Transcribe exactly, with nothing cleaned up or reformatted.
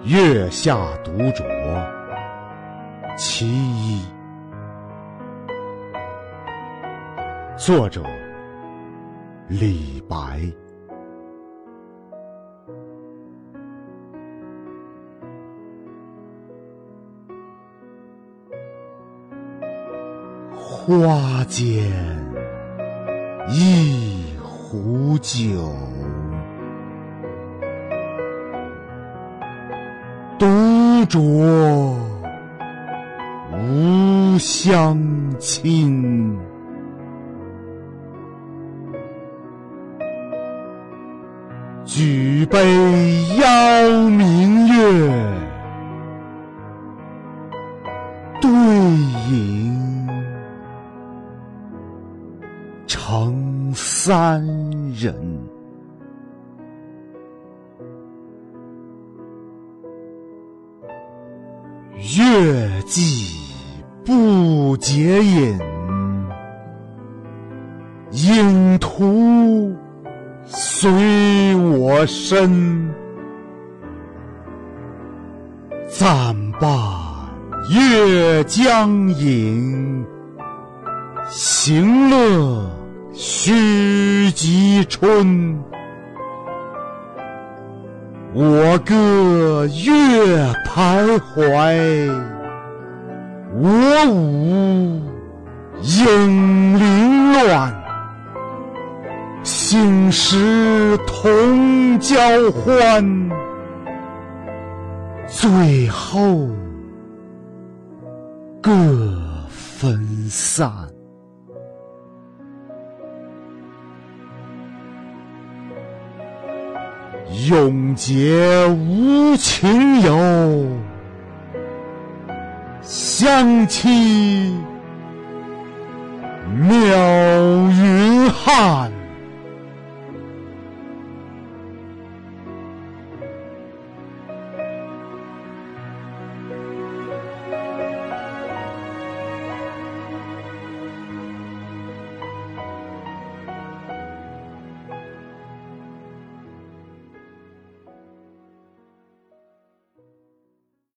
月下独酌其一。作者李白。花间一壶酒，独酌无相亲。举杯邀明月，对影成三人。月既不解饮，影徒随我身。暂把月将影，行乐须及春。我歌月徘徊，我舞影零乱。醒时同交欢，醉后各分散。永结无情游，相期邈云汉。